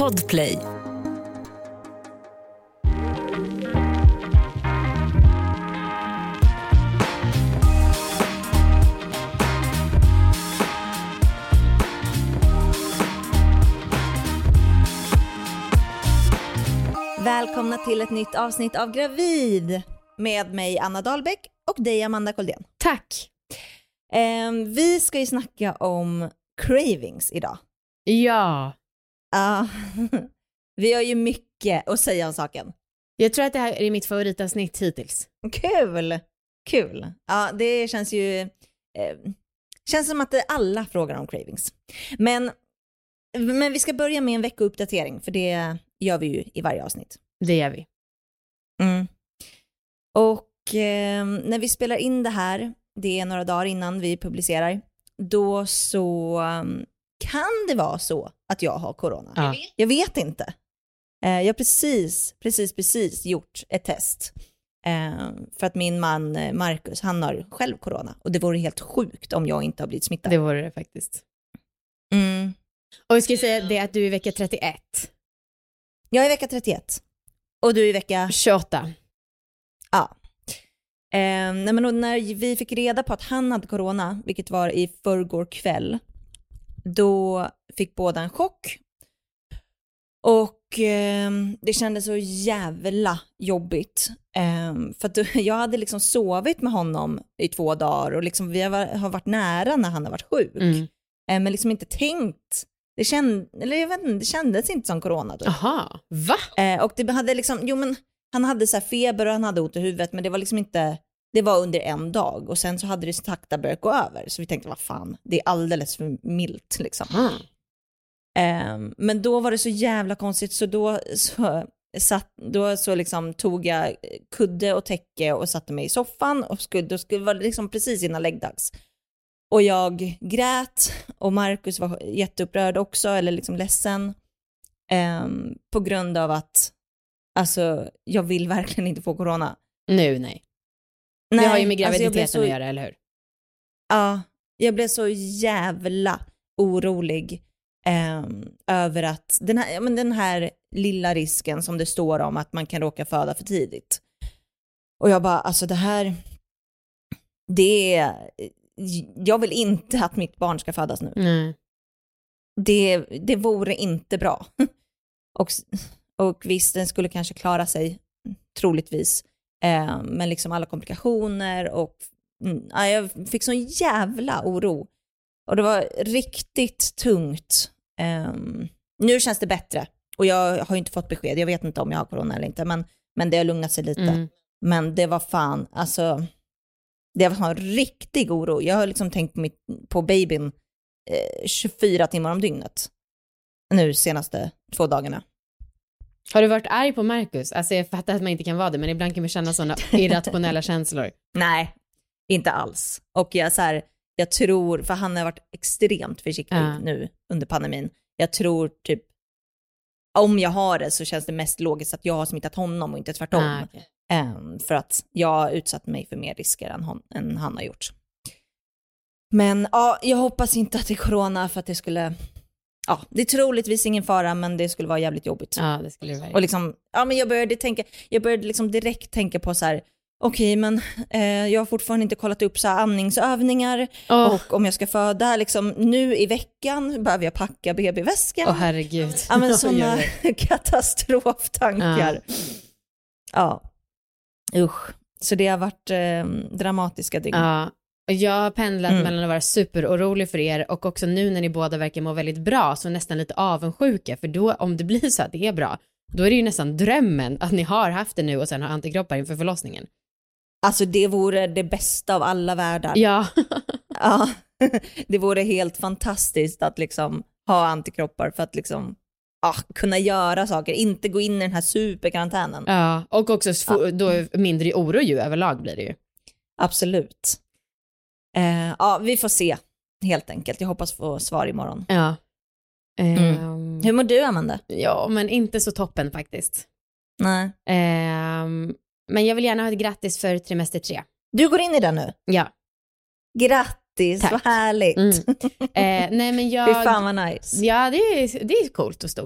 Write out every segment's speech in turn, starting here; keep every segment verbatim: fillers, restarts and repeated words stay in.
Podplay. Välkomna till ett nytt avsnitt av Gravid med mig Anna Dahlbäck och dig Amanda Koldén. Tack. Eh, vi ska ju snacka om cravings idag. Ja. Ja, uh, vi har ju mycket att säga om saken. Jag tror att det här är mitt favoritavsnitt hittills. Kul, kul. Ja, det känns ju... Eh, känns som att alla frågar om cravings. Men, men vi ska börja med en veckouppdatering, för det gör vi ju i varje avsnitt. Det gör vi. Mm. Och eh, när vi spelar in det här, det är några dagar innan vi publicerar, då så um, kan det vara så att jag har corona. Ja. Jag vet inte. Eh, jag har precis, precis, precis gjort ett test. Eh, för att min man Marcus, han har själv corona. Och det vore helt sjukt om jag inte har blivit smittad. Det vore det faktiskt. Mm. Och vi ska säga det att du är i vecka trettioett. Jag är i vecka trettioett. Och du är i vecka tjugoåtta. Ja. Eh, nej men när vi fick reda på att han hade corona, vilket var i förrgår kväll, då fick båda en chock. Och eh, det kändes så jävla jobbigt. Eh, för att jag hade liksom sovit med honom i två dagar och liksom vi har, har varit nära när han har varit sjuk. Mm. Eh, men liksom inte tänkt. Det, känd, eller jag vet inte, det kändes inte som corona då. Aha, va? Eh, och det hade liksom, jo men han hade så här feber och han hade ont i huvudet, men det var liksom inte, det var under en dag och sen så hade det sakta börjat gå över. Så vi tänkte, vad fan, det är alldeles för milt liksom. Mm. Eh, men då var det så jävla konstigt, så då så, satt, då så liksom tog jag kudde och täcke och satte mig i soffan och skulle, då skulle, var det liksom precis innan läggdags. Och jag grät och Marcus var jätteupprörd också, eller liksom ledsen. Eh, på grund av att alltså, jag vill verkligen inte få corona. Nu, nej. nej det har ju med graviditeten alltså så, att göra, eller hur? Ja, jag blev så jävla orolig eh, över att den här, ja, men den här lilla risken som det står om att man kan råka föda för tidigt. Och jag bara, alltså det här, det är, jag vill inte att mitt barn ska födas nu. Mm. Det, det vore inte bra. Och, och visst, den skulle kanske klara sig, troligtvis. Eh, men liksom alla komplikationer och mm, jag fick sån jävla oro. Och det var riktigt tungt. Eh, nu känns det bättre. Och jag har ju inte fått besked. Jag vet inte om jag har corona eller inte. Men, men det har lugnat sig lite. Mm. Men det var fan, alltså... Det var en riktig oro. Jag har liksom tänkt på, mitt, på babyn eh, tjugofyra timmar om dygnet. Nu senaste två dagarna. Har du varit arg på Marcus? Alltså jag fattar att man inte kan vara det, men ibland kan man känna sådana irrationella känslor. Nej, inte alls. Och jag, så här, jag tror, för han har varit extremt försiktig uh. nu under pandemin. Jag tror typ, om jag har det så känns det mest logiskt att jag har smittat honom och inte tvärtom. Uh, okay. um, för att jag har utsatt mig för mer risker än, hon, än han har gjort. Men ja, jag hoppas inte att det är corona, för att det skulle... Ja, det är troligtvis ingen fara, men det skulle vara jävligt jobbigt. Ja, det skulle det vara. Och liksom, ja, men jag började tänka, jag började liksom direkt tänka på så här, okej, okay, men eh, jag har fortfarande inte kollat upp så här andningsövningar oh. och om jag ska föda liksom nu i veckan behöver jag packa B B-väskan. Åh oh, herregud. Ja, men sådana katastroftankar. Ja. ja. Usch. Så det har varit eh, dramatiska dygn. Ja. Jag har pendlat mm. mellan att vara superorolig för er och också nu när ni båda verkar må väldigt bra, så nästan lite avundsjuka, för då om det blir så att det är bra, då är det ju nästan drömmen att ni har haft det nu och sen har antikroppar inför förlossningen. Alltså det vore det bästa av alla världar. Ja. Ja. Det vore helt fantastiskt att liksom ha antikroppar för att liksom ah, kunna göra saker, inte gå in i den här superkarantänen. Ja, och också ja. Då mindre oro ju överlag blir det ju. Absolut. Uh, ja, vi får se helt enkelt. Jag hoppas få svar imorgon. Ja. Mm. Um, Hur mår du, Amanda? Ja, men inte så toppen faktiskt. Nej. Um, men jag vill gärna ha ett grattis för trimester tre. Du går in i den nu? Ja. Grattis, tack. Vad härligt. Mm. Uh, nej, men jag... Det är fan vad nice. Ja, det är, det är coolt och stort.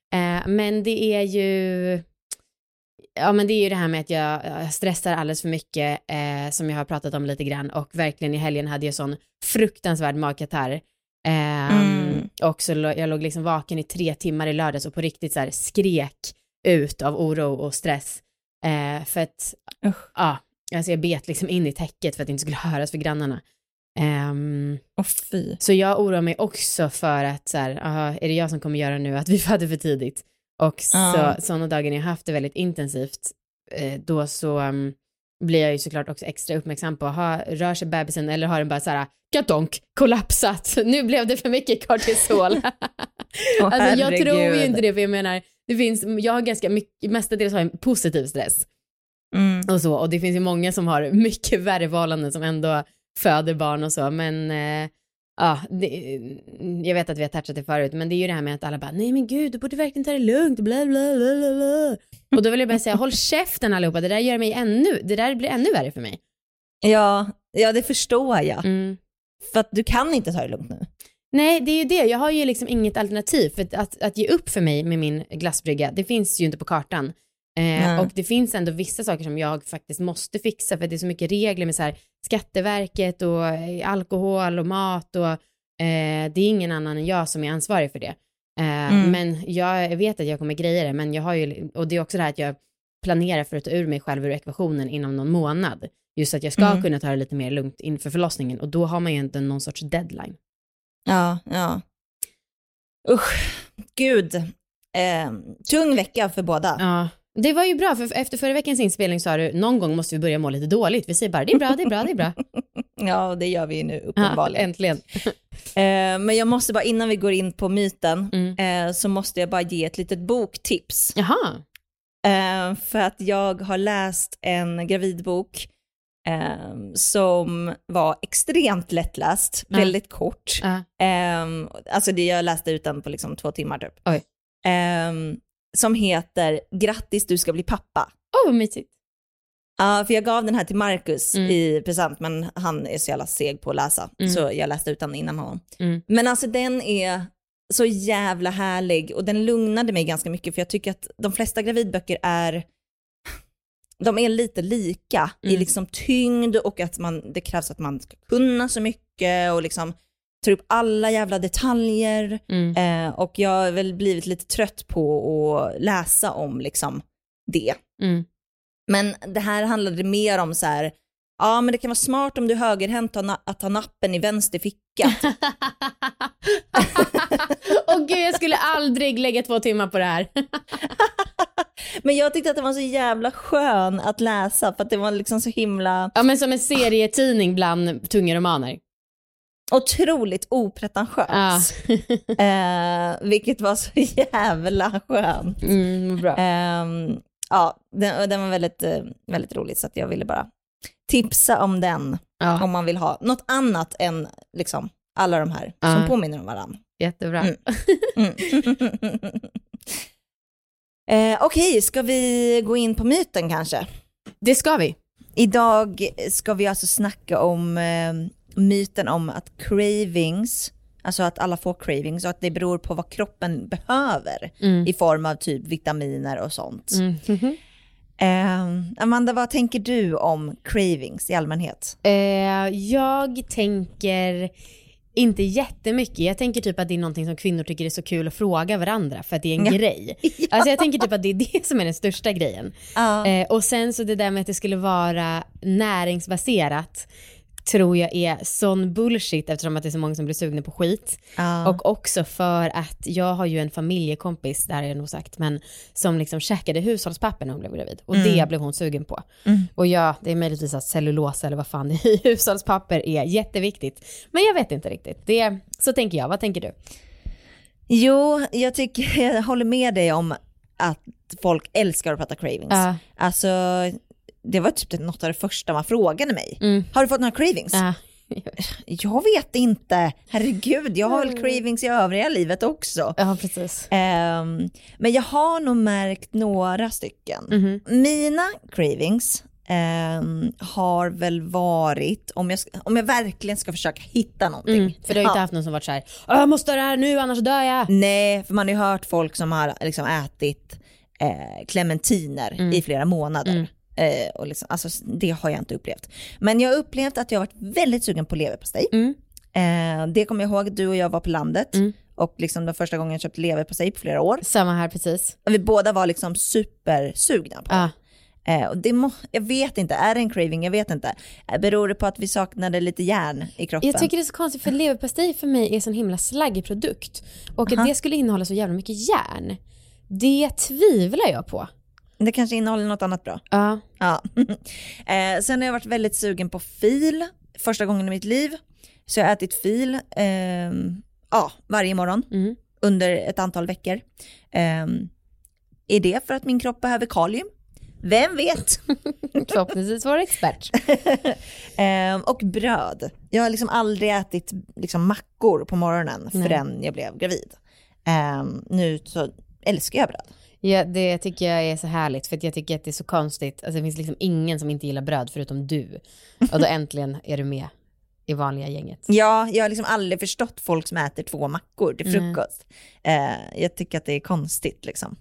Eh, men det är ju... Ja, men det är ju det här med att jag stressar alldeles för mycket eh, som jag har pratat om lite grann. Och verkligen i helgen hade jag sån fruktansvärd magkatarr. Eh, mm. Och så jag låg liksom vaken i tre timmar i lördags och på riktigt så här skrek ut av oro och stress. Eh, för att uh. ja, alltså jag bet liksom in i täcket för att det inte skulle höras för grannarna. Um, oh, fy. Så jag oroar mig också för att så här, aha, är det jag som kommer göra nu att vi födde för tidigt? Och så, uh. sådana dagar när jag haft det väldigt intensivt, eh, då så um, blir jag ju såklart också extra uppmärksam på, aha, rör sig bebisen eller har den bara så här, gadonk, kollapsat, nu blev det för mycket kortisol. oh, alltså jag tror ju inte det, för jag menar, det finns, jag har ganska mycket, mestadels har en positiv stress. Mm. Och så, och det finns ju många som har mycket värre förhållanden som ändå föder barn och så, men eh, ja, det, jag vet att vi har touchat det förut, men det är ju det här med att alla bara, nej men gud, du borde verkligen ta det lugnt, bla bla bla bla bla. Och då vill jag bara säga, håll käften allihopa, det där gör mig ännu, det där blir ännu värre för mig. Ja, ja det förstår jag. Mm. För att du kan inte ta det lugnt nu. Nej, det är ju det, jag har ju liksom inget alternativ, för att, att, att ge upp för mig med min glassbrygga, det finns ju inte på kartan. Eh, och det finns ändå vissa saker som jag faktiskt måste fixa, för det är så mycket regler med så här Skatteverket och alkohol och mat och eh, det är ingen annan än jag som är ansvarig för det. Eh, mm. Men jag vet att jag kommer greja det, men jag har ju, och det är också det här att jag planerar för att ta ur mig själv ur ekvationen inom någon månad. Just att jag ska mm. kunna ta det lite mer lugnt inför förlossningen, och då har man ju inte någon sorts deadline. Ja, ja. Usch, gud. Eh, tung vecka för båda. Ja. Det var ju bra, för efter förra veckans inspelning sa du, någon gång måste vi börja må lite dåligt. Vi säger bara, det är bra, det är bra, det är bra. Ja, det gör vi nu uppenbarligen. Ja, äntligen. eh, men jag måste bara, innan vi går in på myten, mm. eh, så måste jag bara ge ett litet boktips. Jaha. Eh, för att jag har läst en gravidbok eh, som var extremt lättläst, ja. väldigt kort. Ja. Eh, alltså det jag läste utan på liksom två timmar typ. Oj. Eh, som heter Grattis, du ska bli pappa. Åh, oh, vad mysigt. Ja, uh, för jag gav den här till Marcus mm. i present, men han är så jävla seg på att läsa. Mm. Så jag läste utan innan honom. Mm. Men alltså den är så jävla härlig och den lugnade mig ganska mycket, för jag tycker att de flesta gravidböcker är de är lite lika mm. i liksom tyngd, och att man, det krävs att man ska kunna så mycket och liksom tar upp alla jävla detaljer. Mm. Eh, och jag har väl blivit lite trött på att läsa om liksom det. Mm. Men det här handlade mer om så här, ja men det kan vara smart om du är högerhänt att ha nappen i vänster ficka. Åh gud, jag skulle aldrig lägga två timmar på det här. Men jag tyckte att det var så jävla skön att läsa, för att det var liksom så himla... Ja, men som en serietidning bland tunga romaner. Otroligt opretentiös. Ja. eh, vilket var så jävla skönt. Mm, bra. Eh, ja, den, den var väldigt, väldigt rolig, så att jag ville bara tipsa om den. Ja. Om man vill ha något annat än liksom alla de här ja. Som påminner om varandra. Jättebra. Mm. Mm. eh, Okej, okay, ska vi gå in på myten kanske? Det ska vi. Idag ska vi alltså snacka om eh, myten om att cravings, alltså att alla får cravings, och att det beror på vad kroppen behöver mm. i form av typ vitaminer och sånt. Mm. Mm-hmm. Eh, Amanda, vad tänker du om cravings i allmänhet? Eh, jag tänker inte jättemycket. Jag tänker typ att det är någonting som kvinnor tycker är så kul att fråga varandra, för att det är en ja. grej. Ja. Alltså jag tänker typ att det är det som är den största grejen. Ja. Eh, och sen så det där med att det skulle vara näringsbaserat tror jag är sån bullshit, eftersom att det är så många som blir sugna på skit. Ja. Och också för att jag har ju en familjekompis, det här har jag nog sagt, men som liksom käkade hushållspapper när hon blev gravid. Och mm. det blev hon sugen på. Mm. Och ja, det är möjligtvis att cellulosa eller vad fan i hushållspapper är jätteviktigt. Men jag vet inte riktigt. Det, så tänker jag. Vad tänker du? Jo, jag tycker jag håller med dig om att folk älskar att prata cravings. Uh. Alltså... Det var typ något av det första man frågade mig. Mm. Har du fått några cravings? Ja. Jag vet inte. Herregud, jag har väl cravings i övriga livet också. Ja, precis. Um, men jag har nog märkt några stycken. Mm-hmm. Mina cravings eh, har väl varit, om jag, om jag verkligen ska försöka hitta någonting. Mm, för du har ju inte ja. haft någon som varit så här: jag måste ha det här nu annars dör jag. Nej, för man har ju hört folk som har liksom ätit eh, clementiner mm. i flera månader. Mm. Eh, och liksom, alltså, det har jag inte upplevt. Men jag har upplevt att jag har varit väldigt sugen på leverpastej. Mm. Eh, det kommer jag ihåg, du och jag var på landet. Mm. Och liksom den första gången jag köpte leverpastej på flera år. Samma här precis. Och vi båda var liksom supersugna på ah. det. Eh, och det må, jag vet inte, är det en craving? Jag vet inte. Eh, beror det på att vi saknade lite järn i kroppen? Jag tycker det är så konstigt, för leverpastej för mig är en sån himla slaggig produkt. Och Aha. att det skulle innehålla så jävla mycket järn, det tvivlar jag på. Det kanske innehåller något annat bra. Ja. ja. eh, sen har jag varit väldigt sugen på fil. Första gången i mitt liv. Så jag har ätit fil eh, ja, varje morgon. Mm. Under ett antal veckor. Eh, är det för att min kropp behöver kalium? Vem vet? Förhoppningsvis var expert. eh, och bröd. Jag har liksom aldrig ätit liksom, mackor på morgonen förrän jag blev gravid. Eh, nu så älskar jag bröd. Ja, det tycker jag är så härligt, för att jag tycker att det är så konstigt. Alltså det finns liksom ingen som inte gillar bröd förutom du. Och då äntligen är du med i vanliga gänget. Ja, jag har liksom aldrig förstått folk som äter två mackor till frukost. Mm. Eh, jag tycker att det är konstigt liksom.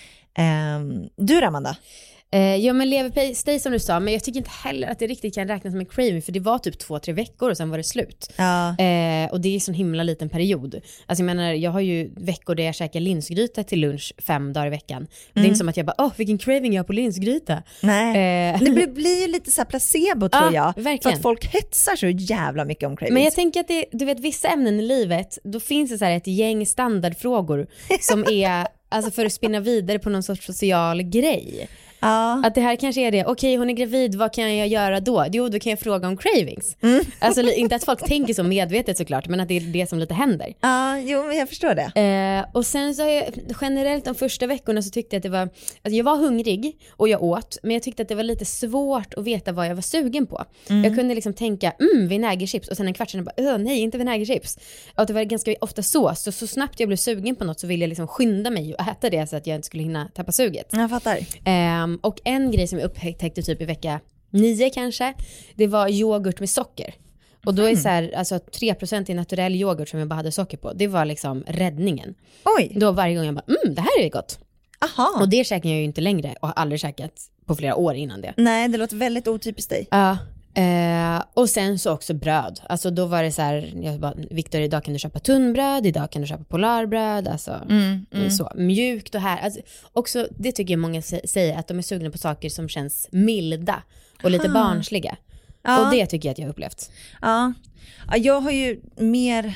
Eh, du Amanda? Eh, ja, men leverpastej som du sa, men jag tycker inte heller att det riktigt kan räknas som en craving, för det var typ två, tre veckor och sen var det slut. Ja. Eh, och det är en sån himla liten period. Alltså jag menar, jag har ju veckor där jag käkar linsgryta till lunch fem dagar i veckan. Mm. Det är inte som att jag bara, åh, vilken craving jag har på linsgryta. Nej, eh. det blir, blir ju lite så här placebo tror ja, jag. Verkligen. För att folk hetsar så jävla mycket om cravings. Men jag tänker att det, du vet, vissa ämnen i livet, då finns det så här ett gäng standardfrågor som är, alltså för att spinna vidare på någon sorts social grej. Ja. Att det här kanske är det, okej okay, hon är gravid, vad kan jag göra då? Jo, då kan jag fråga om cravings. Mm. Alltså inte att folk tänker så medvetet såklart, men att det är det som lite händer. Ja, jo, men jag förstår det. Eh, och sen så har jag, generellt de första veckorna så tyckte jag att det var, alltså jag var hungrig och jag åt, men jag tyckte att det var lite svårt att veta vad jag var sugen på. Mm. Jag kunde liksom tänka, mm, vinägerchips, och sen en kvart sen bara, öh, nej, inte vinägerchips. Och att det var ganska ofta så, så så snabbt jag blev sugen på något så ville jag liksom skynda mig och äta det så att jag inte skulle hinna tappa suget. Jag fattar. Eh, och en grej som jag upptäckte typ i vecka nio kanske, det var yoghurt med socker. Och då är mm. så här, alltså tre procent i naturell yoghurt som jag bara hade socker på, det var liksom räddningen. Oj. Då varje gång jag bara, mm, det här är gott. Aha. Och det käkar jag ju inte längre och har aldrig käkat på flera år innan det. Nej, det låter väldigt otypiskt dig. Ja. Eh, och sen så också bröd. Alltså då var det så här, jag bara, Victor, idag kan du köpa tunnbröd, idag kan du köpa polarbröd, alltså mm, mm. så mjukt och här. Alltså, också, det tycker jag många säger, att de är sugna på saker som känns milda och lite Aha. barnsliga. Ja. Och det tycker jag att jag har upplevt. Ja, ja jag har ju mer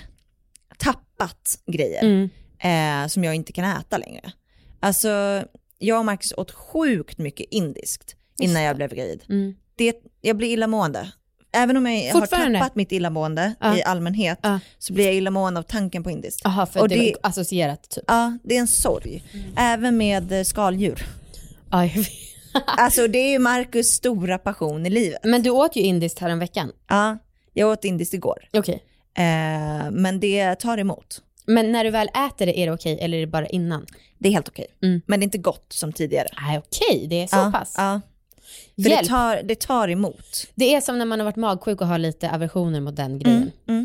tappat grejer mm. eh, som jag inte kan äta längre. Alltså, jag och Marcus åt sjukt mycket indiskt innan jag blev gravid. Mm. Det, jag blir illamående. Även om jag har tappat mitt illamående ja. i allmänhet ja. så blir jag illamående av tanken på indiskt. Aha, för och det är associerat typ. Ja, det är en sorg. Mm. Även med skaldjur. Ja, jag vet. Alltså det är ju Marcus stora passion i livet. Men du åt ju indiskt här en veckan. Ja, jag åt indiskt igår. Okej. Okay. Eh, men det tar emot. Men när du väl äter det, är det okej okay, eller är det bara innan? Det är helt okej. Okay. Mm. Men det är inte gott som tidigare. Nej, okej, okay, det är så ja, pass. Ja. För det tar, det tar emot. Det är som när man har varit magsjuk och har lite aversioner mot den grejen. Mm,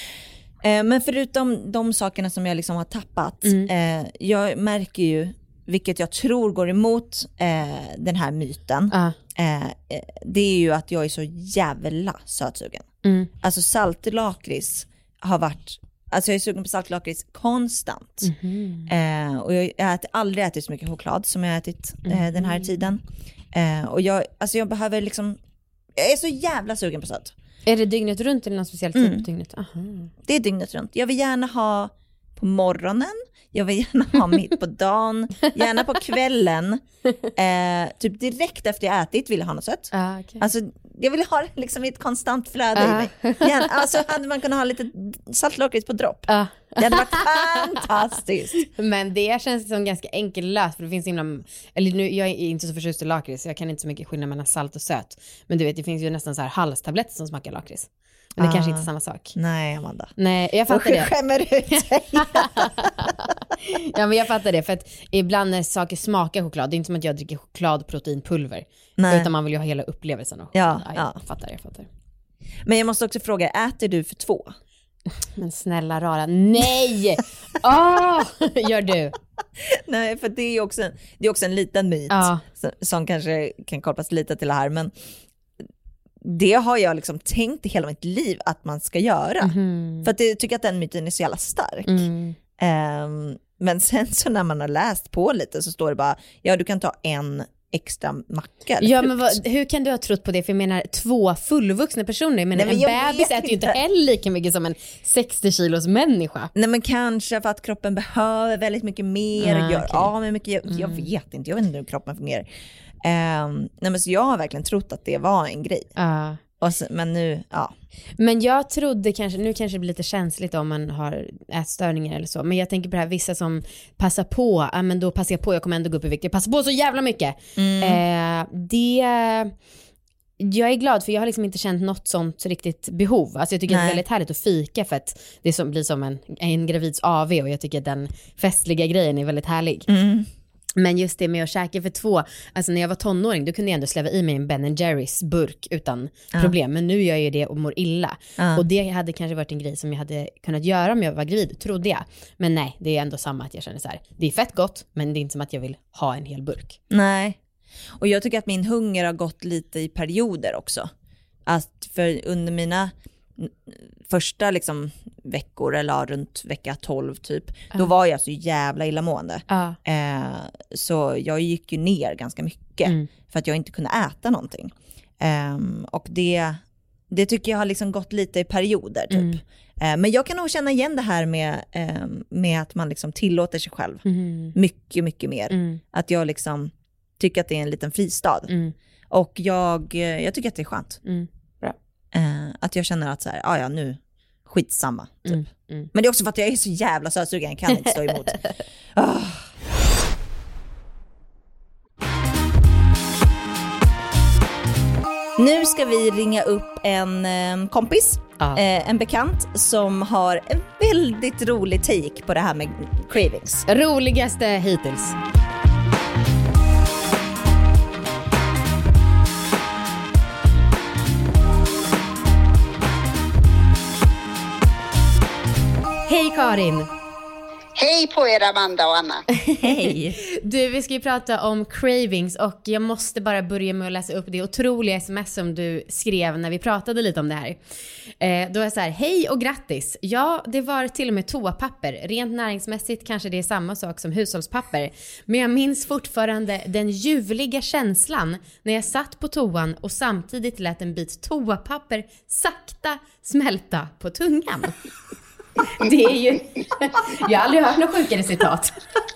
mm. Eh, men förutom de sakerna som jag liksom har tappat, mm. eh, jag märker ju, vilket jag tror går emot eh, den här myten, uh. eh, det är ju att jag är så jävla sötsugen. Mm. Alltså saltlakrits har varit, alltså jag är sugen på saltlakrits konstant. Mm. Eh, och jag har ätit, aldrig ätit så mycket choklad som jag har ätit eh, mm. den här tiden. Eh, och jag, alltså jag behöver liksom, jag är så jävla sugen på sött. Är det dygnet runt eller någon speciell tid mm. på dygnet? Aha. Det är dygnet runt. Jag vill gärna ha på morgonen, jag vill gärna ha mitt på dagen, gärna på kvällen. Eh, typ direkt efter jag ätit vill jag ha något sött. Ah, okay. Alltså jag vill ha liksom ett konstant flöde ah. i mig. Gärna, alltså hade man kunnat ha lite saltlakrits på dropp. Ah. Det hade varit fantastiskt. Men det känns som ganska enkel lös, för det finns inom, eller nu, jag är inte så förtjust i lakrits, så jag kan inte så mycket skillnad mellan salt och söt. Men du vet, det finns ju nästan så här halstabletter som smakar lakrits. Men det ah. kanske inte är samma sak. Nej, Amanda. Nej, jag fattar det. Skämmer ut dig. Ja, men jag fattar det, för att ibland när saker smakar choklad, det är inte som att jag dricker chokladproteinpulver. Nej. Utan man vill ju ha hela upplevelsen av ja, ja, ja. Jag fattar, jag fattar. Men jag måste också fråga, äter du för två? Men snälla rara, nej! Åh, gör du? Nej, för det är ju också en, det är också en liten myt ja. som, som kanske kan kopplas lite till det här, men det har jag liksom tänkt i hela mitt liv att man ska göra. Mm. För att jag tycker att den myten är så jävla stark. Mm. Um, men sen så när man har läst på lite så står det bara, ja du kan ta en extra macka. Ja, men vad, hur kan du ha trott på det? För jag menar, två fullvuxna personer, men en bebis äter ju inte heller lika mycket som en sextio kilos människa. Nej, men kanske för att kroppen behöver väldigt mycket mer ah, och gör okay. av med mycket. Jag, mm. jag vet inte, jag vet inte hur kroppen fungerar. Um, nej, men så jag har verkligen trott att det var en grej. Ah. Och så, men nu, ja. Men jag trodde kanske, nu kanske det blir lite känsligt om man har ätstörningar eller så, men jag tänker på det här, vissa som passar på, ja men då passar jag på, jag kommer ändå gå upp i vikt, jag passar på så jävla mycket. Mm. Eh, det, jag är glad för jag har liksom inte känt något sånt riktigt behov. Alltså jag tycker Nej. att det är väldigt härligt att fika för att det som, blir som en, en gravids A V, och jag tycker att den festliga grejen är väldigt härlig. Mm. Men just det med att käka för två, alltså när jag var tonåring då kunde jag ändå släva i mig en Ben and Jerry's burk utan ja. problem. Men nu gör jag ju det och mår illa. Ja. Och det hade kanske varit en grej som jag hade kunnat göra om jag var gravid, trodde jag. Men nej, det är ändå samma att jag känner så här. Det är fett gott, men det är inte som att jag vill ha en hel burk. Nej, och jag tycker att min hunger har gått lite i perioder också. Att för under mina första liksom veckor eller runt vecka tolv typ, uh. då var jag så jävla illamående. Uh. Eh, så jag gick ju ner ganska mycket mm. för att jag inte kunde äta någonting. Eh, och det, det tycker jag har liksom gått lite i perioder typ. Mm. Eh, men jag kan nog känna igen det här med, eh, med att man liksom tillåter sig själv mm. mycket, mycket mer. Mm. Att jag liksom tycker att det är en liten fristad. Mm. Och jag, jag tycker att det är skönt. Mm. Uh, att jag känner att så här, ah, ja nu skitsamma typ. Mm, mm. Men det är också för att jag är så jävla sötsugen, jag kan inte stå emot. Oh. Nu ska vi ringa upp en um, kompis, ah. uh, en bekant som har en väldigt rolig take på det här med cravings. Roligaste hittills. Hej Karin! Hej på er Amanda och Anna! Hej! Du, vi ska ju prata om cravings och jag måste bara börja med att läsa upp det otroliga sms som du skrev när vi pratade lite om det här. Eh, då är det så här, hej och grattis! Ja, det var till och med toapapper. Rent näringsmässigt kanske det är samma sak som hushållspapper. Men jag minns fortfarande den ljuvliga känslan när jag satt på toan och samtidigt lät en bit toapapper sakta smälta på tungan. Det är ju... Jag har aldrig hört något sjukare citat.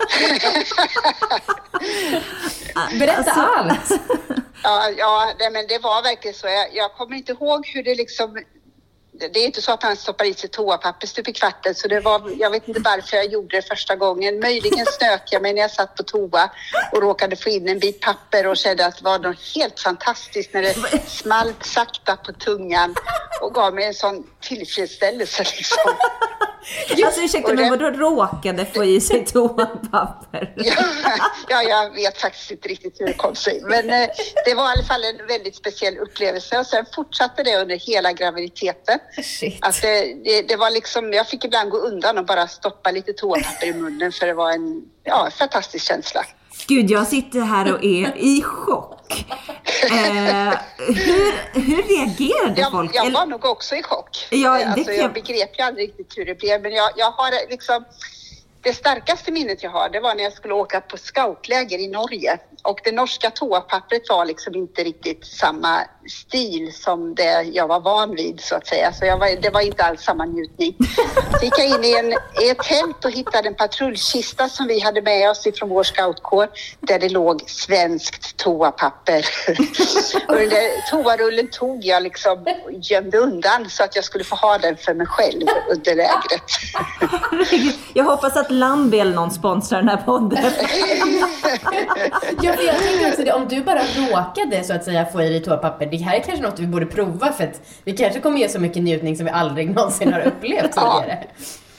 Berätta alltså, allt. Ja, ja det, men det var verkligen så. Jag, jag kommer inte ihåg hur det liksom... Det är inte så att han stoppar i sig toapapper stup i kvarten, så det var, jag vet inte varför jag gjorde det första gången. Möjligen snök jag mig när jag satt på toa och råkade få in en bit papper och kände att det var något helt fantastiskt när det smalt sakta på tungan och gav mig en sån tillfredsställelse liksom. Alltså ursäkta, men vadå råkade få i sig toapapper? Ja, ja, jag vet faktiskt inte riktigt hur det kom sig. Men eh, det var i alla fall en väldigt speciell upplevelse. Och sen fortsatte det under hela graviditeten. Att det, det, det var liksom, jag fick ibland gå undan och bara stoppa lite toapapper i munnen. För det var en ja, fantastisk känsla. Gud, jag sitter här och är i chock. Eh, hur, hur reagerade jag, folk? Jag var nog också i chock. Ja, alltså, kan... Jag begrep ju aldrig riktigt hur det blev. Men jag, jag har liksom... Det starkaste minnet jag har, det var när jag skulle åka på scoutläger i Norge. Och det norska toapappret var liksom inte riktigt samma stil som det jag var van vid, så att säga. Så jag var, det var inte alls samma njutning. Så gick jag in i, en, i ett tält och hittade en patrullkista som vi hade med oss ifrån vår scoutkår. Där det låg svenskt toapapper. Och den där toarullen tog jag liksom och gömde undan så att jag skulle få ha den för mig själv under lägret. Jag hoppas att Lambi eller någon sponsrar den här podden. Ja, för jag tänker också det, om du bara råkade så att säga få i dig toapapper, det här är kanske något vi borde prova, för att det kanske kommer ge så mycket njutning som vi aldrig någonsin har upplevt tidigare.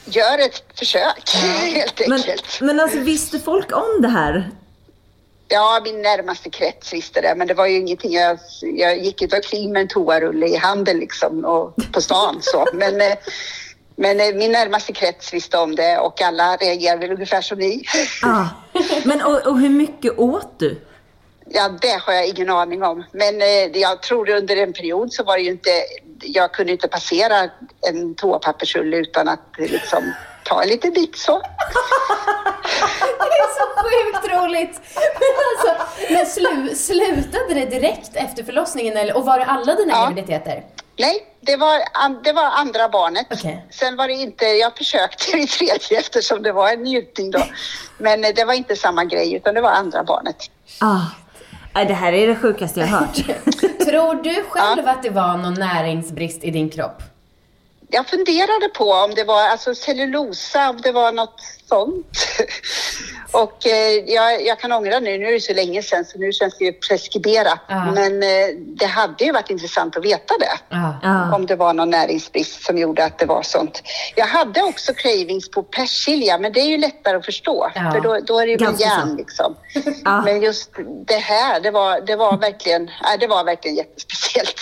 gör ett försök, helt enkelt. Men, men alltså, visste folk om det här? Ja, min närmaste krets visste det, men det var ju ingenting. Jag, jag gick ut omkring med en toarulle i handen liksom, och på stan så. Men, men min närmaste krets visste om det och alla reagerade ungefär som ni. Ah. Men och, och hur mycket åt du? Ja, det har jag ingen aning om. Men eh, jag tror under en period så var det ju inte, jag kunde inte passera en toapappersrulle utan att liksom ta en liten bit så. Det är så sjukt roligt. Men, alltså, men slu, slutade det direkt efter förlossningen eller, och var det alla dina Ja. graviditeter? Nej, det var, an, det var andra barnet. Okay. Sen var det inte, jag försökte i tredje eftersom det var en njutning då. Men eh, det var inte samma grej utan det var andra barnet. Ah. Det här är det sjukaste jag har hört. Tror du själv Ja. att det var någon näringsbrist i din kropp? Jag funderade på om det var alltså cellulosa, om det var något sånt. Och eh, jag, jag kan ångra nu, nu är det så länge sedan så nu känns det ju preskriberat. Ja. Men eh, det hade ju varit intressant att veta det. Ja. Ah. Om det var någon näringsbrist som gjorde att det var sånt. Jag hade också cravings på persilja, men det är ju lättare att förstå. Ja. För då, då är det ju Ganska järn så. liksom. Ja. Men just det här, det var, det var verkligen, nej, det var verkligen jättespeciellt.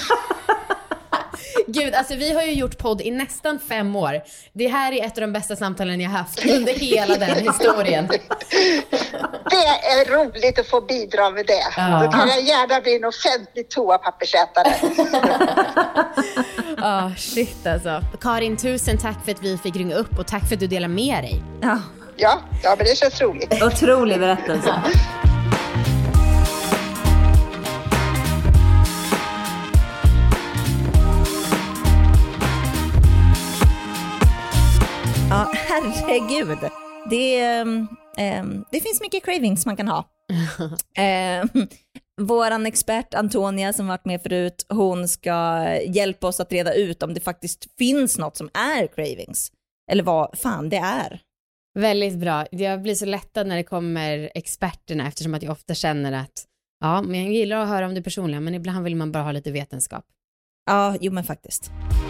Gud, alltså vi har ju gjort podd i nästan fem år. Det här är ett av de bästa samtalen jag haft under hela den historien. Det är roligt att få bidra med det. Ja. Då kan jag gärna bli en offentlig toapappersätare. Ja, oh, shit alltså. Karin, tusen tack för att vi fick ringa upp och tack för att du delar med dig. Ja. Ja, ja, men det känns roligt. Otrolig berättelse. Ja, herregud. Det, eh, det finns mycket cravings man kan ha. eh, våran expert Antonia som varit med förut, hon ska hjälpa oss att reda ut om det faktiskt finns något som är cravings. Eller vad fan det är. Väldigt bra. Jag blir så lättad när det kommer experterna eftersom att jag ofta känner att ja, men jag gillar att höra om det personliga men ibland vill man bara ha lite vetenskap. Ja, jo men faktiskt.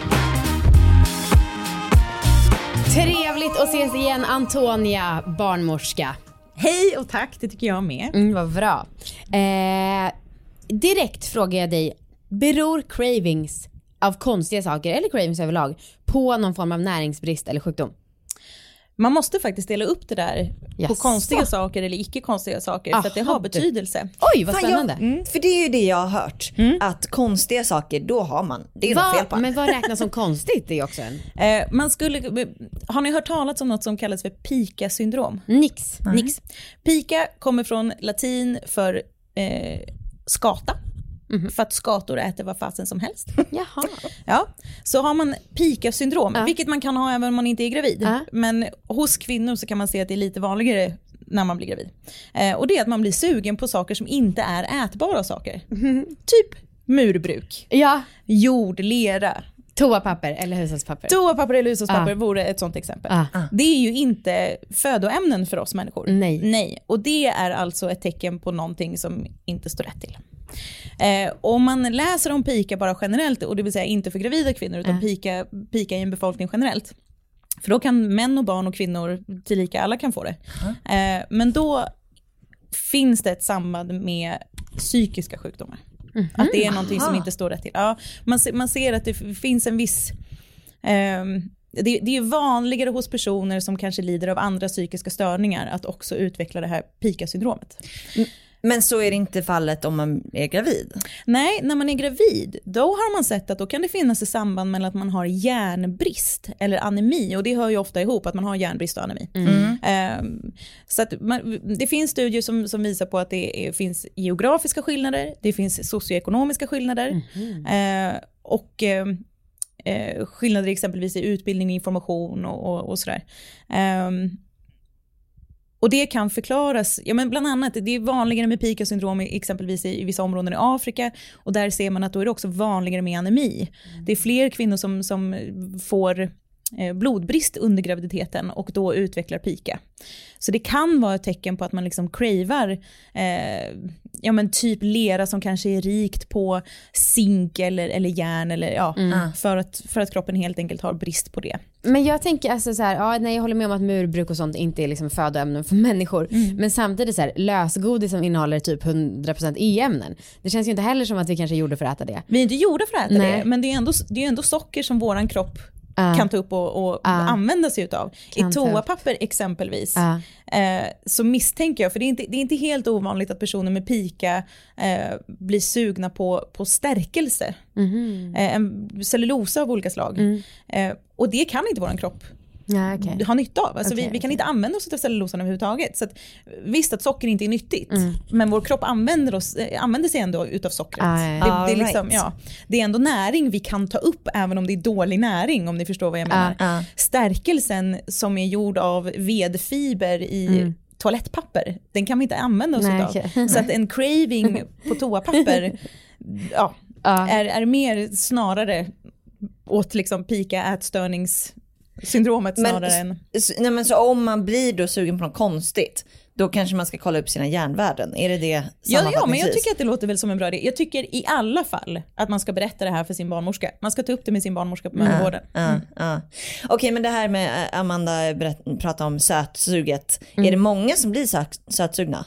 Trevligt att ses igen, Antonia, barnmorska. Hej och tack, det tycker jag med. Mm, vad bra. Eh, direkt frågar jag dig, beror cravings av konstiga saker eller cravings överlag på någon form av näringsbrist eller sjukdom? Man måste faktiskt dela upp det där Yes. på konstiga saker eller icke konstiga saker. Aha, för att det har betydelse. Oj, vad Fan, spännande. jag, mm. För det är ju det jag har hört. Mm. Att konstiga saker, då har man. Det är något fel på. Men vad räknas som konstigt? Det är också en... Eh, man skulle, har ni hört talas om något som kallas för Pica-syndrom? Nix. Nix. Pica kommer från latin för eh, skata. Mm-hmm. För att skator äter vad fasen som helst. Jaha. Ja, så har man Pica-syndrom, Ja. vilket man kan ha även om man inte är gravid. Ja. Men hos kvinnor så kan man se att det är lite vanligare när man blir gravid. Eh, och det är att man blir sugen på saker som inte är ätbara saker. Mm. Typ murbruk, Ja. jord, lera. Toapapper eller hushållspapper. Toapapper eller hushållspapper Ja. vore ett sånt exempel. Ja. Det är ju inte födoämnen för oss människor. Nej. Nej. Och det är alltså ett tecken på någonting som inte står rätt till. Eh, om man läser om pica bara generellt, och det vill säga inte för gravida kvinnor utan Mm. pica, pica i en befolkning generellt, för då kan män och barn och kvinnor tillika, alla kan få det. Mm. Eh, men då finns det ett samband med psykiska sjukdomar. Mm. Att det är någonting som inte står rätt till. Ja, man, ser, man ser att det finns en viss... Eh, det, det är vanligare hos personer som kanske lider av andra psykiska störningar att också utveckla det här pica-syndromet. Mm. Men så är det inte fallet om man är gravid? Nej, när man är gravid, då har man sett att då kan det finnas ett samband mellan att man har järnbrist eller anemi. Och det hör ju ofta ihop att man har järnbrist och anemi. Mm. Um, så att man, det finns studier som, som visar på att det är, finns geografiska skillnader, det finns socioekonomiska skillnader. Mm. Uh, och uh, skillnader exempelvis i utbildning, information och, och, och sådär. Um, Och det kan förklaras, ja men bland annat, det är vanligare med Pica-syndrom exempelvis i, i vissa områden i Afrika. Och där ser man att då är det också vanligare med anemi. Mm. Det är fler kvinnor som, som får eh, blodbrist under graviditeten och då utvecklar pika. Så det kan vara ett tecken på att man liksom cravar eh, ja, men typ lera som kanske är rikt på zink eller, eller järn eller, ja, mm. för, att, för att kroppen helt enkelt har brist på det. Men jag tänker alltså så här, ja, nej, jag håller med om att murbruk och sånt inte är liksom födoämnen för människor. Mm. Men samtidigt så här, lösgodis som innehåller typ hundra procent E-ämnen. Det känns ju inte heller som att vi kanske gjorde för att äta det. Vi är inte gjorda för att äta nej. det, men det är ändå, det är ändå socker som våran kropp Uh. kan ta upp och, och uh. använda sig utav. Kan I toapapper exempelvis uh. eh, så misstänker jag, för det är, inte, det är inte helt ovanligt att personer med pika eh, blir sugna på, på stärkelse. Mm-hmm. Eh, en cellulosa av olika slag. Mm. Eh, och det kan inte våran kropp Ja, okay. har nytta av. Alltså okay, vi, vi kan okay. inte använda oss av cellulosan överhuvudtaget. Så att, visst att socker inte är nyttigt, mm. men vår kropp använder, oss, använder sig ändå utav sockret. Ah, yeah. det, det, är liksom, right. ja, det är ändå näring vi kan ta upp även om det är dålig näring, om ni förstår vad jag menar. Ah, ah. Stärkelsen som är gjord av vedfiber i mm. toalettpapper, den kan vi inte använda oss Nej, utav. Okay. Så att en craving på toapapper ja, ah. är, är mer snarare åt liksom pika ätstörnings syndromet snarare men, än... Nej, men så om man blir då sugen på något konstigt, då kanske man ska kolla upp sina järnvärden. Är det det ja, ja, men jag tycker att det låter väl som en bra idé. Jag tycker i alla fall att man ska berätta det här för sin barnmorska. Man ska ta upp det med sin barnmorska på mödravården. Mm. Mm. Mm. Okej, okay, men det här med Amanda berätt, prata om sötsuget. Mm. Är det många som blir söt, sötsugna?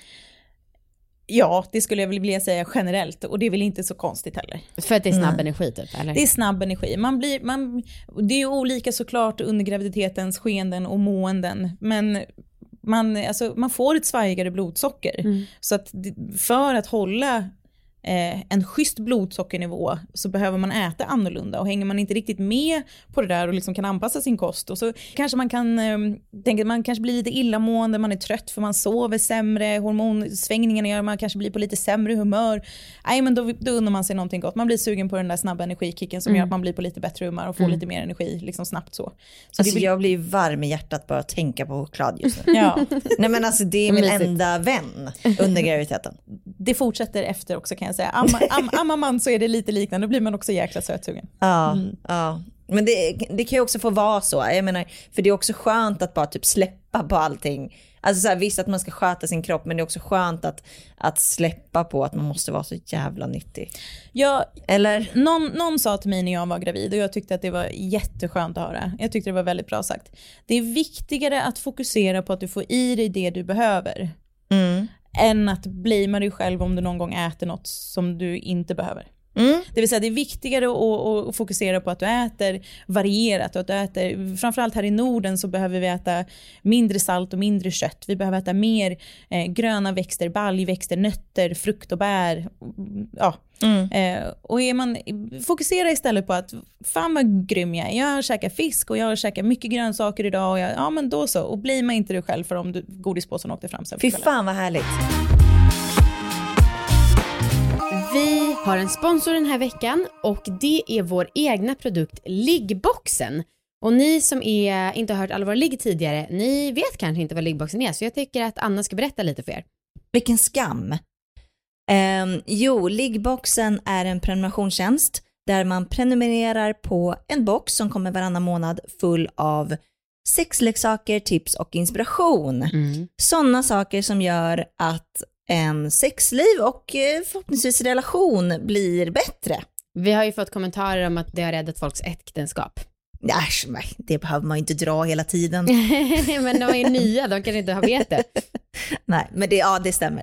Ja, det skulle jag vilja säga generellt. Och det är väl inte så konstigt heller. För att det är snabb mm. energi typ? Eller? Det är snabb energi. Man blir, man, det är ju olika såklart under graviditetens skeenden och måenden. Men man, alltså, man får ett svajigare blodsocker. Mm. Så att för att hålla eh, en schysst blodsockernivå så behöver man äta annorlunda. Och hänger man inte riktigt med på det där och liksom kan anpassa sin kost. Och så kanske man kan eh, tänka att man kanske blir lite illamående, man är trött för man sover sämre. Hormonsvängningarna gör att man kanske blir på lite sämre humör. Nej, men då, då undrar man sig någonting gott. Man blir sugen på den där snabba energikicken som mm. gör att man blir på lite bättre humör och får mm. lite mer energi liksom snabbt så. så alltså, det, jag blir varm i hjärtat bara att tänka på choklad just nu. Ja. Nej, men alltså det är min enda vän under graviditeten. Det fortsätter efter också kan jag säga. Amma, am, ammar man så är det lite liknande. Då blir man också jäkla sötsugen. Ja, mm. ja. Men det, det kan ju också få vara så. Jag menar, för det är också skönt att bara typ släppa på allting. Alltså så här, visst att man ska sköta sin kropp, men det är också skönt att, att släppa på att man måste vara så jävla nyttig. Ja, eller? Någon, någon sa till mig när jag var gravid och jag tyckte att det var jätteskönt att höra. Jag tyckte det var väldigt bra sagt. Det är viktigare att fokusera på att du får i dig det du behöver. Mm. Än att blamea dig själv om du någon gång äter något som du inte behöver. Mm. Det vill säga det är viktigare att, att fokusera på att du äter varierat och att du äter, framförallt här i Norden så behöver vi äta mindre salt och mindre kött. Vi behöver äta mer eh, gröna växter, baljväxter, nötter, frukt och bär. Ja. Mm. Eh, och är man, fokusera istället på att fan vad grym jag är. Jag käkar fisk och jag käkar mycket grönsaker idag och jag, ja men då så. Och blir man inte dig själv för om du, godispåsen åkte fram sen. Fy fan vad härligt. Vi har en sponsor den här veckan och det är vår egna produkt Liggboxen. Och ni som är, inte har hört Allvar Ligg tidigare, ni vet kanske inte vad Liggboxen är, så jag tycker att Anna ska berätta lite för er. Vilken skam. Um, jo, Liggboxen är en prenumerationstjänst där man prenumererar på en box som kommer varannan månad full av sexleksaker, tips och inspiration. Mm. Sådana saker som gör att en sexliv och förhoppningsvis relation blir bättre. Vi har ju fått kommentarer om att det har räddat folks äktenskap. Äsch, det behöver man ju inte dra hela tiden. Men de är ju nya, de kan inte ha vet det. Nej, men det, ja, det stämmer.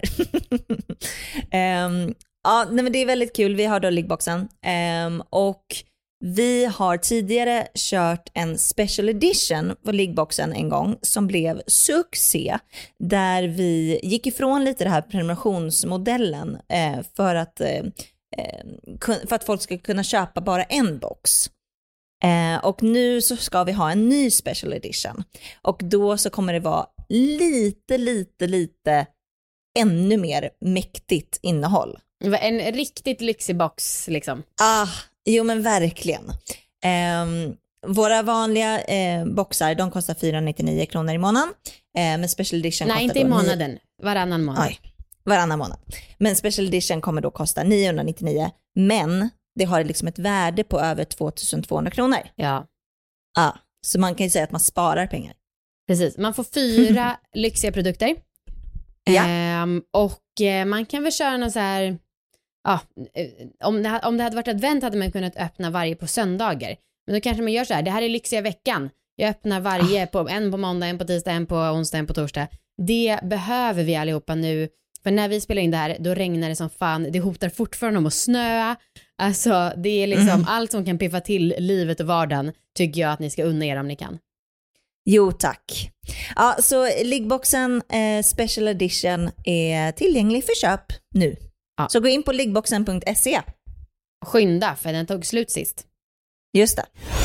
um, ja, nej, men det är väldigt kul. Vi har då Liggboxen. Um, och vi har tidigare kört en special edition på Liggboxen en gång som blev succé, där vi gick ifrån lite det här prenumerationsmodellen eh, för, att, eh, för att folk ska kunna köpa bara en box. Eh, och nu så ska vi ha en ny special edition. Och då så kommer det vara lite, lite, lite ännu mer mäktigt innehåll. En riktigt lyxig box liksom. Ah, jo men verkligen. Eh, våra vanliga eh, boxar, de kostar fyrahundranittionio kronor i månaden. Eh, men special edition Nej, inte i månaden. Ni- varannan månad. Oj, varannan månad. Men special edition kommer då kosta niohundranittionio. Men det har liksom ett värde på över tvåtusen tvåhundra kronor. Ja. Ja, Så man kan ju säga att man sparar pengar. Precis, man får fyra lyxiga produkter. Ja. Ehm, och eh, man kan väl köra någon så här, ja, eh, om, det, om det hade varit advent hade man kunnat öppna varje på söndagar. Men då kanske man gör så här, det här är lyxiga veckan. Jag öppnar varje, ah. på, en på måndag, en på tisdag, en på onsdag, en på torsdag. Det behöver vi allihopa nu. För när vi spelar in det här, då regnar det som fan. Det hotar fortfarande om att snöa. Alltså, det är liksom mm. allt som kan piffa till livet och vardagen tycker jag att ni ska unna er om ni kan. Jo, tack. Ja, så liggboxen eh, Special Edition är tillgänglig för köp nu. Ja. Så gå in på liggboxen punkt se. Skynda, för den tog slut sist. Just det.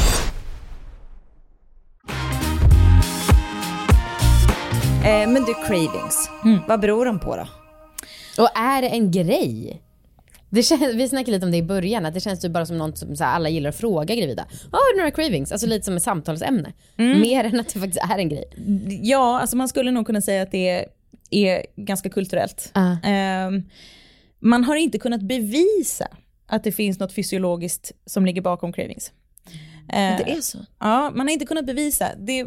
Eh, men du, cravings. Mm. Vad beror de på då? Och är det en grej? Det känns, vi snackade lite om det i början, att det känns ju bara som något som så här, alla gillar att fråga gravida. Ja, oh, några cravings, alltså lite som ett samtalsämne. Mm. Mer än att det faktiskt är en grej. Ja, alltså man skulle nog kunna säga att det är, är ganska kulturellt. Uh. Um, man har inte kunnat bevisa att det finns något fysiologiskt som ligger bakom cravings. Uh, det är så? Ja, man har inte kunnat bevisa. Det,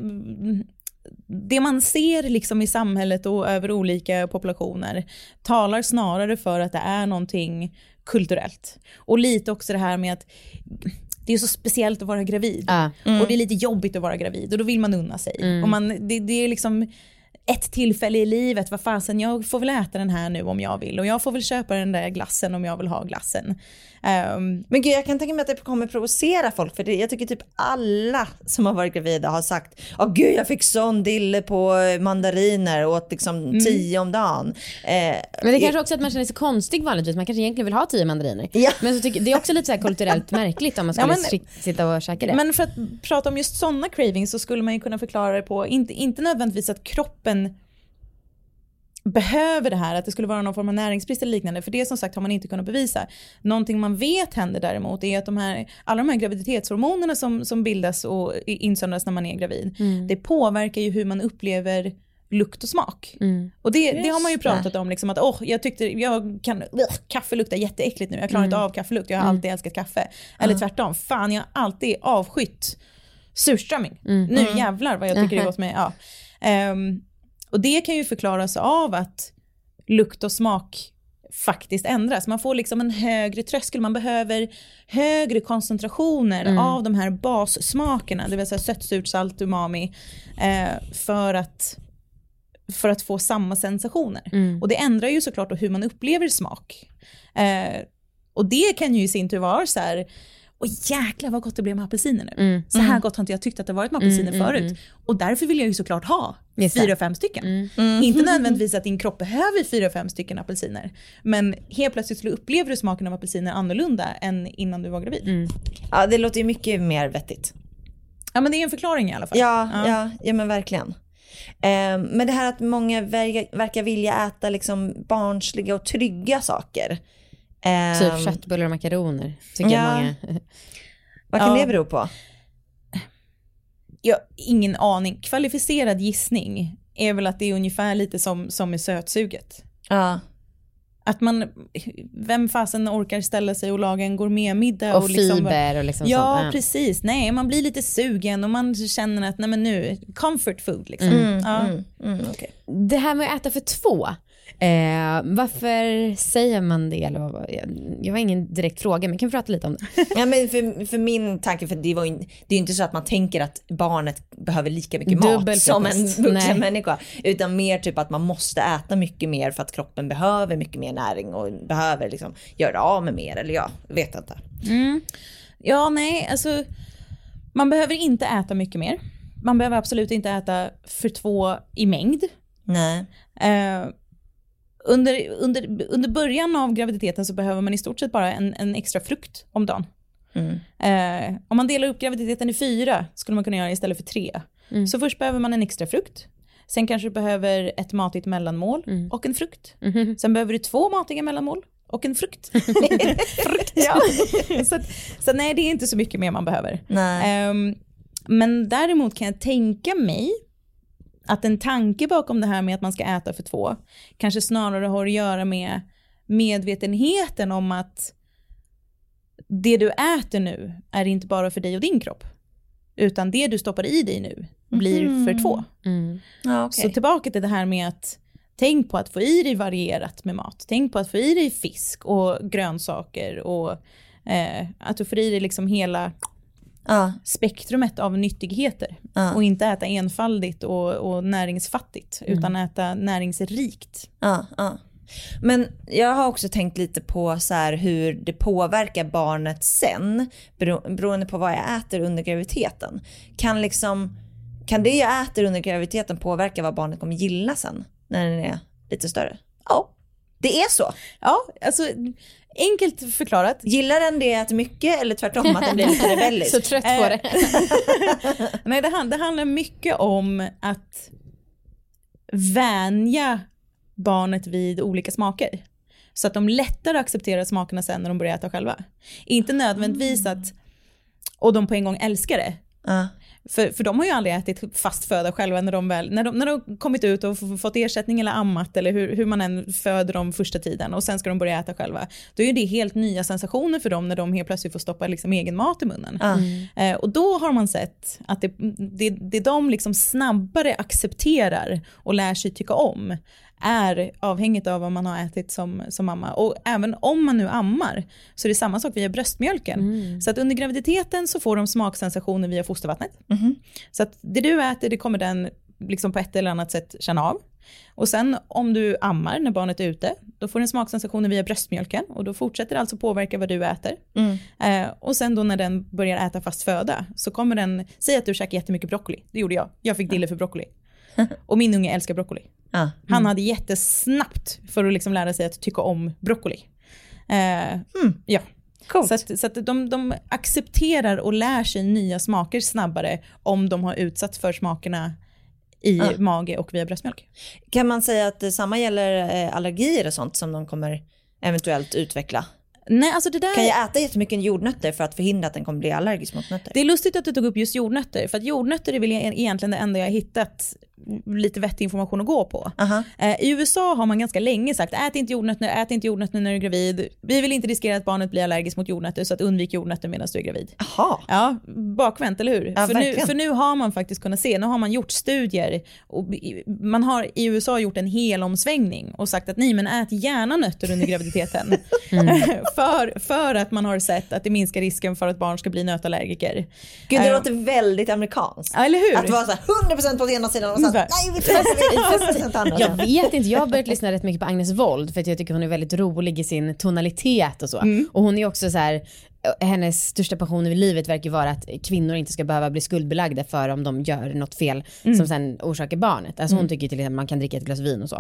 det man ser liksom i samhället och över olika populationer talar snarare för att det är någonting kulturellt. Och lite också det här med att det är så speciellt att vara gravid. Uh, mm. Och det är lite jobbigt att vara gravid. Och då vill man unna sig. Mm. Och man, det, det är liksom ett tillfälle i livet. Vad fasen, jag får väl äta den här nu om jag vill. Och jag får väl köpa den där glassen om jag vill ha glassen. Um, men gud, jag kan tänka mig att det kommer provocera folk. För det, jag tycker typ alla som har varit gravida har sagt, åh gud, jag fick sån dille på mandariner och åt liksom mm. tio om dagen. Eh, men det är kanske också att man känner sig konstig vanligtvis. Man kanske egentligen vill ha tio mandariner. Ja. Men så tycker, det är också lite så här kulturellt märkligt om man skulle ja, men, sitta och käka det. Men för att prata om just sådana cravings så skulle man ju kunna förklara det på, inte, inte nödvändigtvis att kroppen behöver det här, att det skulle vara någon form av näringsbrist eller liknande, för det som sagt har man inte kunnat bevisa. Någonting man vet händer däremot är att de här, alla de här graviditetshormonerna som, som bildas och insöndras när man är gravid, mm. det påverkar ju hur man upplever lukt och smak. Mm. Och det, det har man ju pratat om liksom att åh, jag tyckte jag kan uh, kaffe luktar jätteäckligt nu. Jag klarar mm. inte av kaffelukt. Jag har mm. alltid älskat kaffe. Eller uh. tvärtom. Fan, jag har alltid avskytt surströmming. Mm. Nu mm. jävlar vad jag tycker uh-huh. det gått med. Ja. Um, och det kan ju förklaras av att lukt och smak faktiskt ändras. Man får liksom en högre tröskel. Man behöver högre koncentrationer mm. av de här bassmakerna. Det vill säga sött, surt, salt, umami. Eh, för att för att få samma sensationer. Mm. Och det ändrar ju såklart hur man upplever smak. Eh, och det kan ju i sin tur vara så här, åh jäklar vad gott det blev med apelsiner nu. Mm. Så här mm. gott har inte jag tyckt att det varit med apelsiner mm, förut. Mm, och därför vill jag ju såklart ha fyra, fem stycken. Mm. Mm. Inte nödvändigtvis att din kropp behöver fyra, fem stycken apelsiner. Men helt plötsligt så upplever du smaken av apelsiner annorlunda än innan du var gravid. Mm. Ja, det låter ju mycket mer vettigt. Ja, men det är en förklaring i alla fall. Ja, ja. ja, ja men verkligen. Um, men det här att många verkar, verkar vilja äta liksom barnsliga och trygga saker. Um, typ köttbullar och makaroner, tycker ja. jag många. Vad kan ja. det bero på? Jag ingen aning. Kvalificerad gissning är väl att det är ungefär lite som, som med sötsuget. Ja. Att man, vem fasen orkar ställa sig och laga en gourmetmiddag och, och liksom, fiber och liksom ja, sånt. precis. Nej, man blir lite sugen och man känner att nej men nu, comfort food liksom. Mm, ja. mm, mm, okay. Det här med att äta för två, eh, varför säger man det? Eller vad, jag har ingen direkt fråga, men kan vi prata lite om det? Ja, men för, för min tanke, för det, var ju, det är ju inte så att man tänker att barnet behöver lika mycket mat som en vuxen människa, utan mer typ att man måste äta mycket mer för att kroppen behöver mycket mer näring och behöver liksom göra av med mer, eller jag vet inte. Mm. Ja, nej, alltså man behöver inte äta mycket mer. Man behöver absolut inte äta för två i mängd. Nej. Uh, under, under, under början av graviditeten så behöver man i stort sett bara en, en extra frukt om dagen. Mm. Uh, om man delar upp graviditeten i fyra skulle man kunna göra istället för tre. Mm. Så först behöver man en extra frukt. Sen kanske du behöver ett matigt mellanmål mm. och en frukt. Mm. Sen behöver du två matiga mellanmål och en frukt. frukt. Ja. så, så nej, det är inte så mycket mer man behöver. Nej. Um, men däremot kan jag tänka mig att en tanke bakom det här med att man ska äta för två kanske snarare har att göra med medvetenheten om att det du äter nu är inte bara för dig och din kropp. utan det du stoppar i dig nu blir Mm. för två. Mm. Ja, okej. Så tillbaka till det här med att tänk på att få i dig varierat med mat. Tänk på att få i dig fisk och grönsaker och eh, att du får i dig liksom hela Ja, spektrumet av nyttigheter. ja, Och inte äta enfaldigt och, och näringsfattigt, Mm. utan äta näringsrikt. ja, ja. Men jag har också tänkt lite på så här hur det påverkar barnet sen, bero, beroende på vad jag äter under graviditeten. Kan liksom kan det jag äter under graviditeten påverka vad barnet kommer gilla sen när den är lite större? Ja, det är så. Ja, alltså enkelt förklarat. Gillar den det att mycket eller tvärtom att den blir lite rebellisk? Så trött på det. Nej, det, hand, det handlar mycket om att vänja barnet vid olika smaker. Så att de lättare accepterar smakerna sen när de börjar äta själva. Inte nödvändigtvis att, och de på en gång älskar det. Ja. För, för de har ju aldrig ätit fast föda själva när de väl när de, när de kommit ut och f- fått ersättning eller ammat eller hur, hur man än föder dem första tiden och sen ska de börja äta själva. Då är det helt nya sensationer för dem när de helt plötsligt får stoppa liksom egen mat i munnen. Ja. Eh, och då har man sett att det, det, det de liksom snabbare accepterar och lär sig tycka om är avhängigt av vad man har ätit som, som mamma. Och även om man nu ammar så är det samma sak via bröstmjölken. Mm. Så att under graviditeten så får de smaksensationer via fostervattnet. Mhm. Så att det du äter, det kommer den liksom på ett eller annat sätt känna av. Och sen om du ammar när barnet är ute, då får den smaksensationer via bröstmjölken. Och då fortsätter det alltså påverka vad du äter. Mm. Eh, och sen då när den börjar äta fast föda så kommer den, säg att du käkar jättemycket broccoli. Det gjorde jag. Jag fick dille för broccoli. Och min unge älskar broccoli. Ja. Han hade jättesnabbt för att liksom lära sig att tycka om broccoli. Eh, Mm. Ja. Coolt. Så, att, så att de, de accepterar och lär sig nya smaker snabbare om de har utsatts för smakerna i Ja. mage och via bröstmjölk. Kan man säga att detsamma gäller eh, allergier och sånt som de kommer eventuellt utveckla? Nej, alltså det där... Kan jag äta jättemycket jordnötter för att förhindra att den kommer bli allergisk mot nötter? Det är lustigt att du tog upp just jordnötter, för att jordnötter är väl egentligen det enda jag har hittat lite vettig information att gå på. Aha. Eh, I U S A har man ganska länge sagt ät inte jordnötter, ät inte jordnötter när du är gravid. Vi vill inte riskera att barnet blir allergiskt mot jordnötter, så att undvik jordnötter medan du är gravid. Jaha. Ja, bakvänt, eller hur? Ja, för, nu, verkligen. för nu har man faktiskt kunnat se, nu har man gjort studier och man har i U S A gjort en hel omsvängning och sagt att nej, men ät gärna nötter under graviditeten. Mm. för, för att man har sett att det minskar risken för att barn ska bli nötallergiker. Gud, det Eh, låter väldigt amerikanskt. Ja, eller hur? Att vara så här hundra procent på ena sidan och sen, Ungefär. nej, vi får femtio procent på andra Jag sidan. vet inte, jag har börjat lyssna rätt mycket på Agnes Wold för att jag tycker hon är väldigt rolig i sin tonalitet och så. Mm. Och hon är också så här, hennes största passion i livet verkar vara att kvinnor inte ska behöva bli skuldbelagda för om de gör något fel Mm. som sen orsakar barnet. Alltså hon tycker till exempel att man kan dricka ett glas vin och så.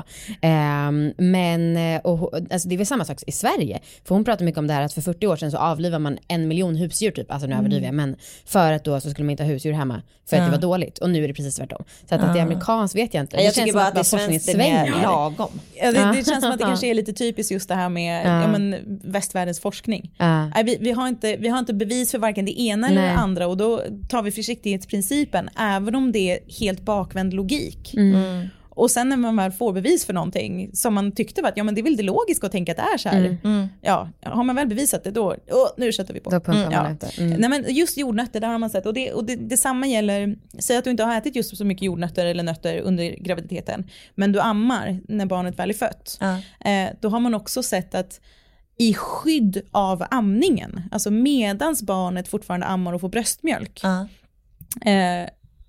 Um, men och, alltså det är väl samma sak i Sverige. För hon pratar mycket om det här att för fyrtio år sedan så avlivar man en miljon husdjur typ, alltså nu överdriver jag, men för att då så skulle man inte ha husdjur hemma för att Ja. det var dåligt. Och nu är det precis tvärtom. Så att, att det är amerikanskt vet jag inte. Jag Det tycker känns bara som att det är forskningen svenskt, det är mer svänger. lagom. Ja, det, Ja. det känns som att det kanske är lite typiskt just det här med Ja. ja, men, västvärldens forskning. Ja. Nej, vi, vi, har inte, vi har inte bevis för varken det ena eller Nej. det andra, och då tar vi försiktighetsprincipen även om det är helt bakvänd logik. Mm. Och sen när man väl får bevis för någonting som man tyckte var att ja, men det är väl det logiska att tänka att det är så här. Mm. Mm. Ja, har man väl bevisat det då, oh, nu sätter vi på. Då pumpar Mm, man ja. ut det. Mm. Nej, men just jordnötter, där har man sett. Och, det, och det, detsamma gäller, säg att du inte har ätit just så mycket jordnötter eller nötter under graviditeten, men du ammar när barnet väl är fött. Ja. Eh, då har man också sett att i skydd av amningen, alltså medans barnet fortfarande ammar och får bröstmjölk, Ja. eh,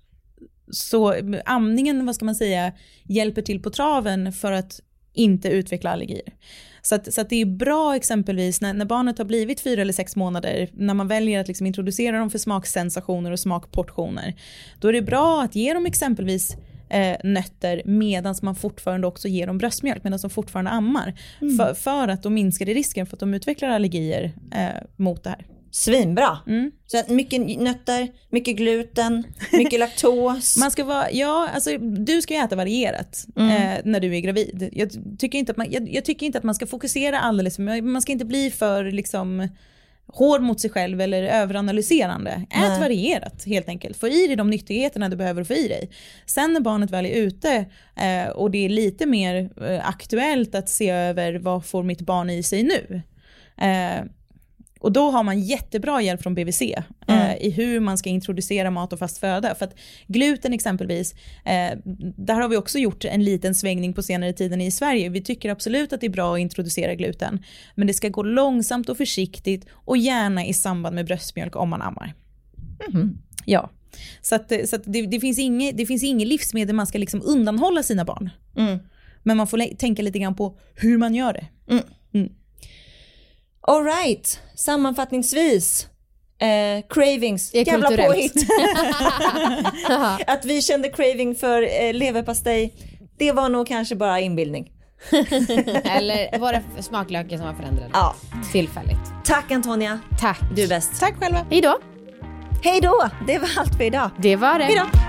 så amningen, vad ska man säga, hjälper till på traven för att inte utveckla allergier. Så att, så att det är bra exempelvis när, när barnet har blivit fyra eller sex månader, när man väljer att liksom introducera dem för smaksensationer och smakportioner, då är det bra att ge dem exempelvis eh, nötter medan man fortfarande också ger dem bröstmjölk, medan de fortfarande ammar. Mm. För, för att då minskar det risken för att de utvecklar allergier eh, mot det här. Svinbra. Mm. Så att mycket nötter, mycket gluten, mycket laktos. Man ska vara, ja, alltså, du ska ju äta varierat Mm. eh, när du är gravid. Jag tycker, inte att man, jag, jag tycker inte att man ska fokusera alldeles, man ska inte bli för liksom hård mot sig själv eller överanalyserande. Ät Nej. varierat helt enkelt. Få i dig de nyttigheterna du behöver få i dig. Sen när barnet väl är ute eh, och det är lite mer eh, aktuellt att se över vad får mitt barn i sig nu. Eh, Och då har man jättebra hjälp från B V C. Mm. Eh, i hur man ska introducera mat och fast föda. För att gluten exempelvis, eh, där har vi också gjort en liten svängning på senare tiden i Sverige. Vi tycker absolut att det är bra att introducera gluten, men det ska gå långsamt och försiktigt och gärna i samband med bröstmjölk om man ammar. Mm-hmm. Ja. Så, att, så att det, det, finns inget, det finns inget livsmedel man ska liksom undanhålla sina barn. Mm. Men man får le- tänka lite grann på hur man gör det. Mm. Mm. All right, sammanfattningsvis. Eh, cravings, det är jävla kulturellt. påhitt. Att vi kände craving för eh, leverpastej, det var nog kanske bara inbildning. Eller var det smaklöken som var förändrad? Ja. Tillfälligt. Tack Antonia. Tack. Du är bäst. Tack själva. Hej då. Hej då, det var allt för idag. Det var det. Hej då.